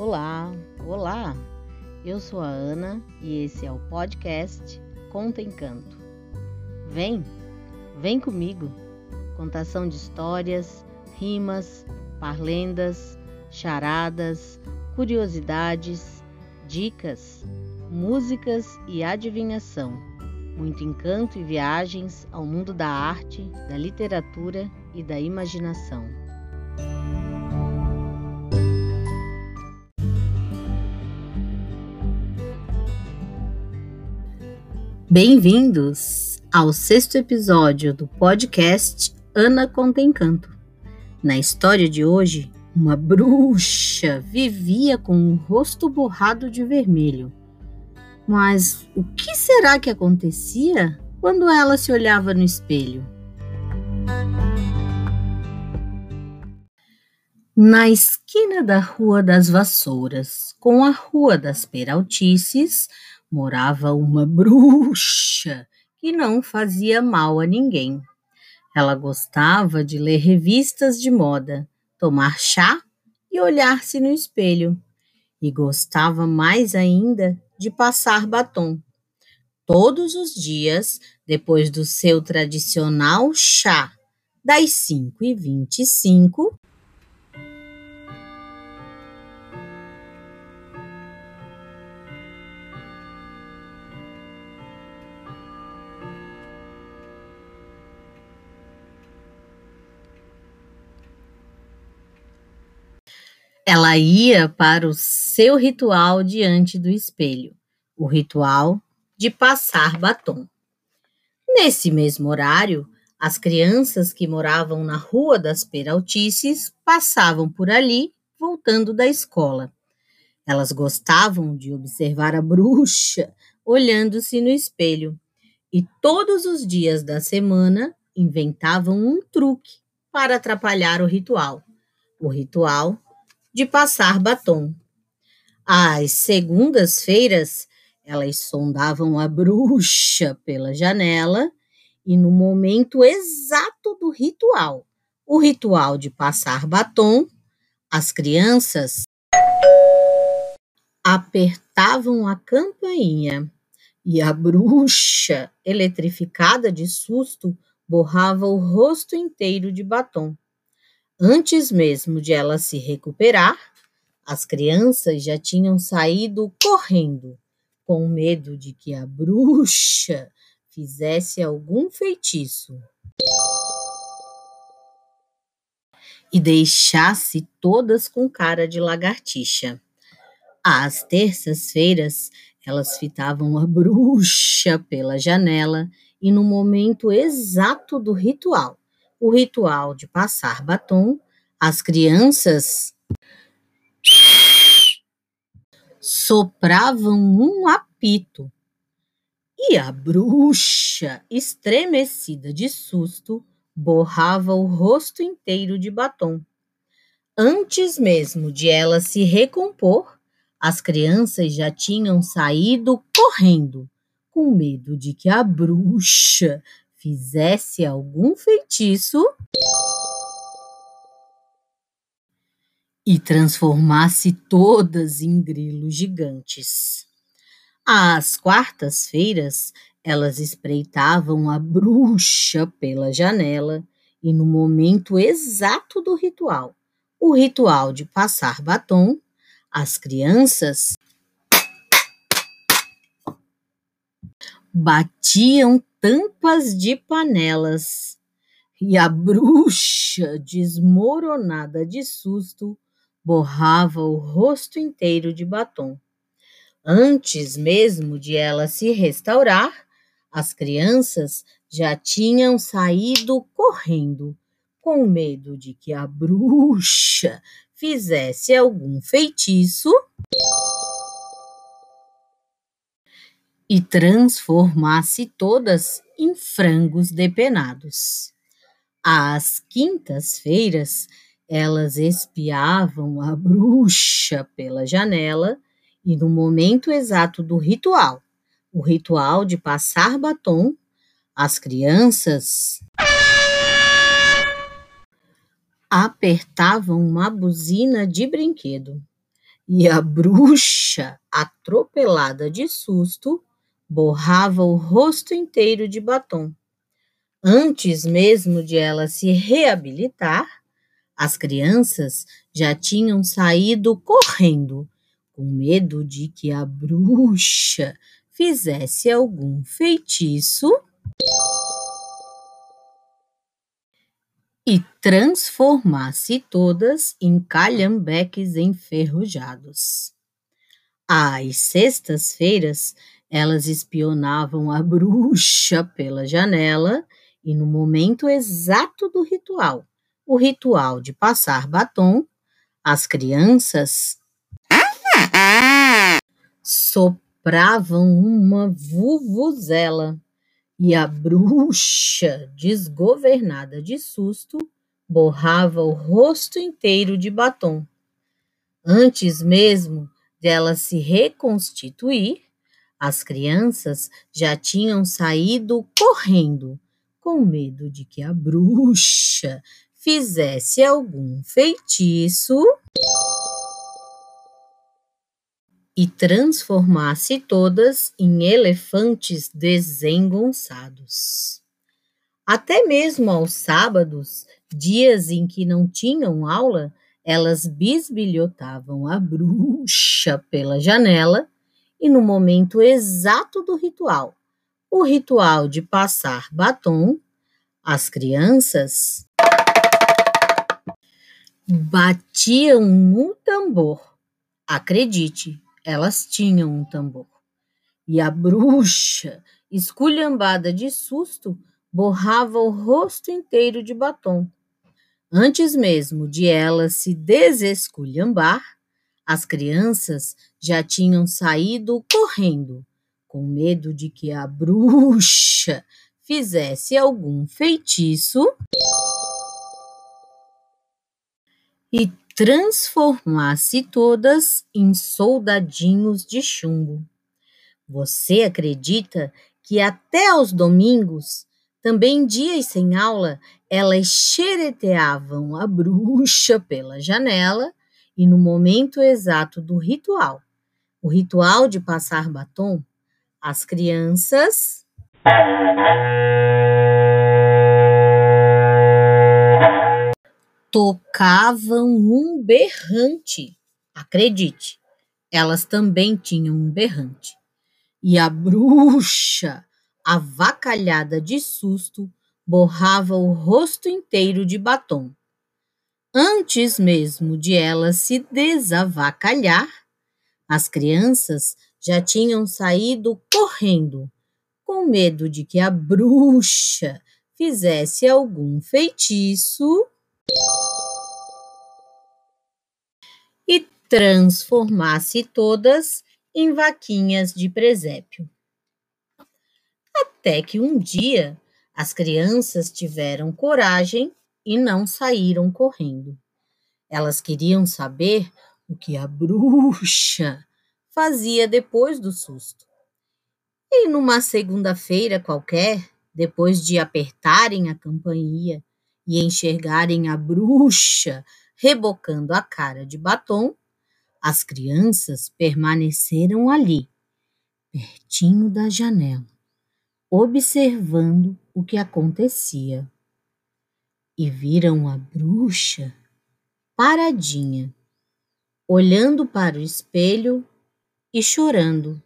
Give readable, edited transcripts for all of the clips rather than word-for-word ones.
Olá, olá! Eu sou a Ana e esse é o podcast Conta Encanto. Vem comigo! Contação de histórias, rimas, parlendas, charadas, curiosidades, dicas, músicas e adivinhação. Muito encanto e viagens ao mundo da arte, da literatura e da imaginação. Bem-vindos ao 6º episódio do podcast Ana Conta Encanto. Na história de hoje, uma bruxa vivia com o rosto borrado de vermelho. Mas o que será que acontecia quando ela se olhava no espelho? Na esquina da Rua das Vassouras, com a Rua das Peraltices, morava uma bruxa que não fazia mal a ninguém. Ela gostava de ler revistas de moda, tomar chá e olhar-se no espelho. E gostava mais ainda de passar batom. Todos os dias, depois do seu tradicional chá, das 5h25, ela ia para o seu ritual diante do espelho, o ritual de passar batom. Nesse mesmo horário, as crianças que moravam na Rua das Peraltices passavam por ali, voltando da escola. Elas gostavam de observar a bruxa olhando-se no espelho e todos os dias da semana inventavam um truque para atrapalhar o ritual de passar batom. Às segundas-feiras, elas sondavam a bruxa pela janela e no momento exato do ritual, o ritual de passar batom, as crianças apertavam a campainha e a bruxa, eletrificada de susto, borrava o rosto inteiro de batom. Antes mesmo de ela se recuperar, as crianças já tinham saído correndo, com medo de que a bruxa fizesse algum feitiço e deixasse todas com cara de lagartixa. Às terças-feiras, elas fitavam a bruxa pela janela e no momento exato do ritual, o ritual de passar batom, as crianças sopravam um apito e a bruxa, estremecida de susto, borrava o rosto inteiro de batom. Antes mesmo de ela se recompor, as crianças já tinham saído correndo, com medo de que a bruxa fizesse algum feitiço e transformasse todas em grilos gigantes. Às quartas-feiras, elas espreitavam a bruxa pela janela e no momento exato do ritual, o ritual de passar batom, as crianças batiam tampas de panelas e a bruxa, desmoronada de susto, borrava o rosto inteiro de batom. Antes mesmo de ela se restaurar, as crianças já tinham saído correndo, com medo de que a bruxa fizesse algum feitiço e transformasse todas em frangos depenados. Às quintas-feiras, elas espiavam a bruxa pela janela e no momento exato do ritual, o ritual de passar batom, as crianças apertavam uma buzina de brinquedo e a bruxa, atropelada de susto, borrava o rosto inteiro de batom. Antes mesmo de ela se reabilitar, as crianças já tinham saído correndo, com medo de que a bruxa fizesse algum feitiço e transformasse todas em calhambeques enferrujados. Às sextas-feiras, elas espionavam a bruxa pela janela e, no momento exato do ritual, o ritual de passar batom, as crianças sopravam uma vuvuzela e a bruxa, desgovernada de susto, borrava o rosto inteiro de batom. Antes mesmo dela se reconstituir, as crianças já tinham saído correndo, com medo de que a bruxa fizesse algum feitiço e transformasse todas em elefantes desengonçados. Até mesmo aos sábados, dias em que não tinham aula, elas bisbilhotavam a bruxa pela janela e, no momento exato do ritual, o ritual de passar batom, as crianças batiam no tambor. Acredite, elas tinham um tambor. E a bruxa, esculhambada de susto, borrava o rosto inteiro de batom. Antes mesmo de ela se desesculhambar, as crianças já tinham saído correndo, com medo de que a bruxa fizesse algum feitiço e transformasse todas em soldadinhos de chumbo. Você acredita que até aos domingos, também dias sem aula, elas xereteavam a bruxa pela janela e, no momento exato do ritual, o ritual de passar batom, as crianças tocavam um berrante. Acredite, elas também tinham um berrante. E a bruxa, avacalhada de susto, borrava o rosto inteiro de batom. Antes mesmo de ela se desavacalhar, as crianças já tinham saído correndo, com medo de que a bruxa fizesse algum feitiço e transformasse todas em vaquinhas de presépio. Até que um dia as crianças tiveram coragem e não saíram correndo. Elas queriam saber o que a bruxa fazia depois do susto. E numa segunda-feira qualquer, depois de apertarem a campainha e enxergarem a bruxa rebocando a cara de batom, as crianças permaneceram ali, pertinho da janela, observando o que acontecia. E viram a bruxa paradinha, olhando para o espelho e chorando.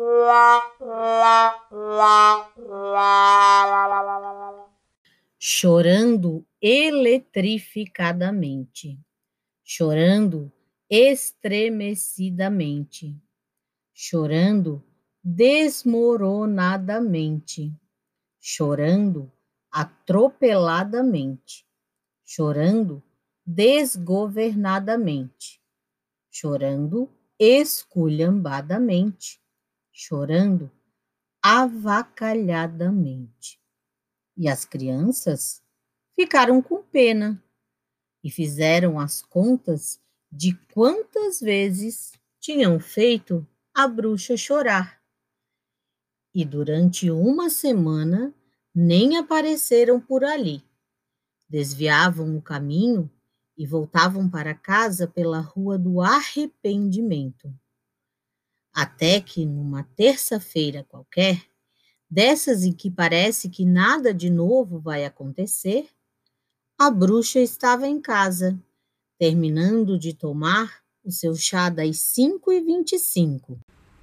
Chorando eletrificadamente, chorando estremecidamente, chorando desmoronadamente, chorando atropeladamente, chorando desgovernadamente, chorando esculhambadamente, chorando avacalhadamente. E as crianças ficaram com pena e fizeram as contas de quantas vezes tinham feito a bruxa chorar. E durante uma semana nem apareceram por ali. Desviavam o caminho e voltavam para casa pela Rua do Arrependimento. Até que, numa terça-feira qualquer, dessas em que parece que nada de novo vai acontecer, a bruxa estava em casa, terminando de tomar o seu chá das 5h25.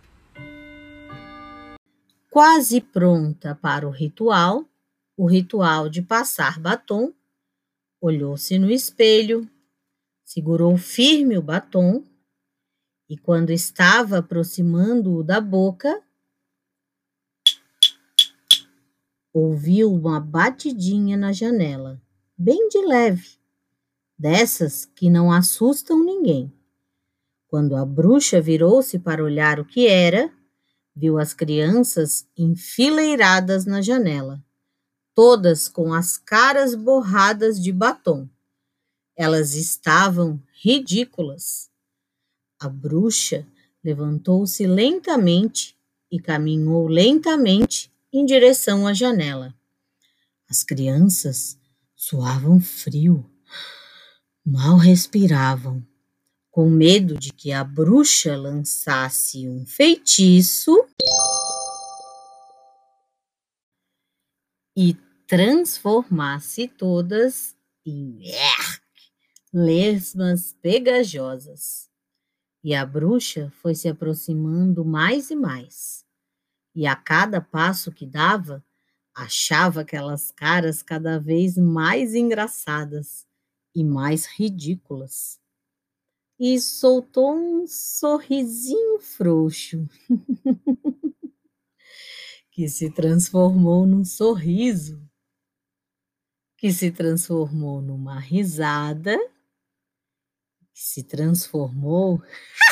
Quase pronta para o ritual de passar batom, olhou-se no espelho, segurou firme o batom e, quando estava aproximando-o da boca, ouviu uma batidinha na janela, bem de leve, dessas que não assustam ninguém. Quando a bruxa virou-se para olhar o que era, viu as crianças enfileiradas na janela, todas com as caras borradas de batom. Elas estavam ridículas. A bruxa levantou-se lentamente e caminhou lentamente em direção à janela. As crianças suavam frio, mal respiravam, com medo de que a bruxa lançasse um feitiço e transformasse todas em lesmas pegajosas. E a bruxa foi se aproximando mais e mais. E a cada passo que dava, achava aquelas caras cada vez mais engraçadas e mais ridículas. E soltou um sorrisinho frouxo, que se transformou num sorriso, que se transformou numa risada, que se transformou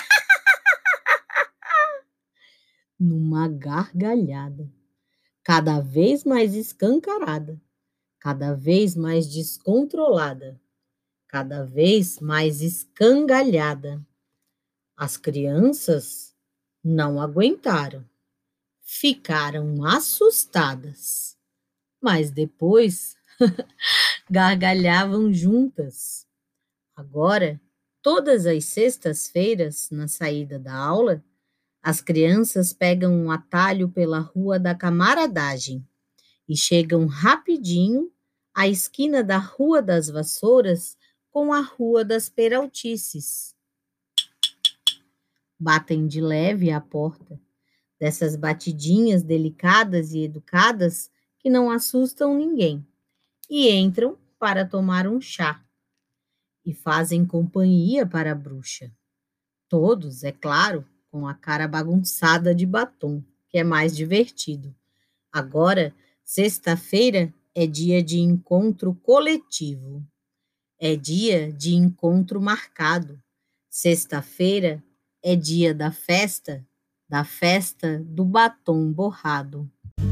numa gargalhada, cada vez mais escancarada, cada vez mais descontrolada, cada vez mais escangalhada. As crianças não aguentaram, ficaram assustadas, mas depois gargalhavam juntas. Agora, todas as sextas-feiras, na saída da aula, as crianças pegam um atalho pela Rua da Camaradagem e chegam rapidinho à esquina da Rua das Vassouras com a Rua das Peraltices. Batem de leve à porta, dessas batidinhas delicadas e educadas que não assustam ninguém, e entram para tomar um chá. E fazem companhia para a bruxa. Todos, é claro, com a cara bagunçada de batom, que é mais divertido. Agora, sexta-feira é dia de encontro coletivo. É dia de encontro marcado. Sexta-feira é dia da festa do batom borrado.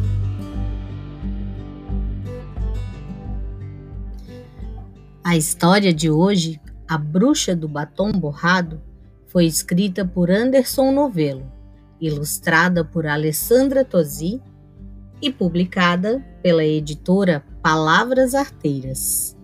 A história de hoje, A Bruxa do Batom Borrado, foi escrita por Anderson Novello, ilustrada por Alessandra Tosi e publicada pela editora Palavras Arteiras.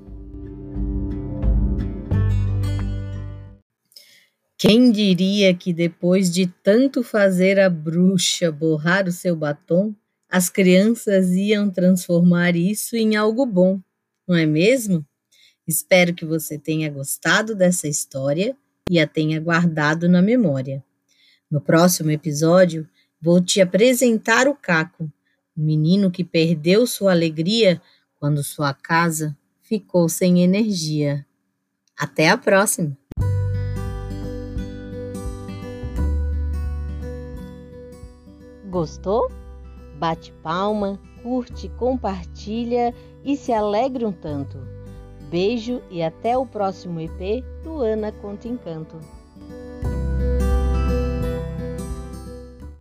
Quem diria que depois de tanto fazer a bruxa borrar o seu batom, as crianças iam transformar isso em algo bom, não é mesmo? Espero que você tenha gostado dessa história e a tenha guardado na memória. No próximo episódio, vou te apresentar o Caco, um menino que perdeu sua alegria quando sua casa ficou sem energia. Até a próxima! Gostou? Bate palma, curte, compartilha e se alegre um tanto. Beijo e até o próximo EP do Ana Conta Encanto.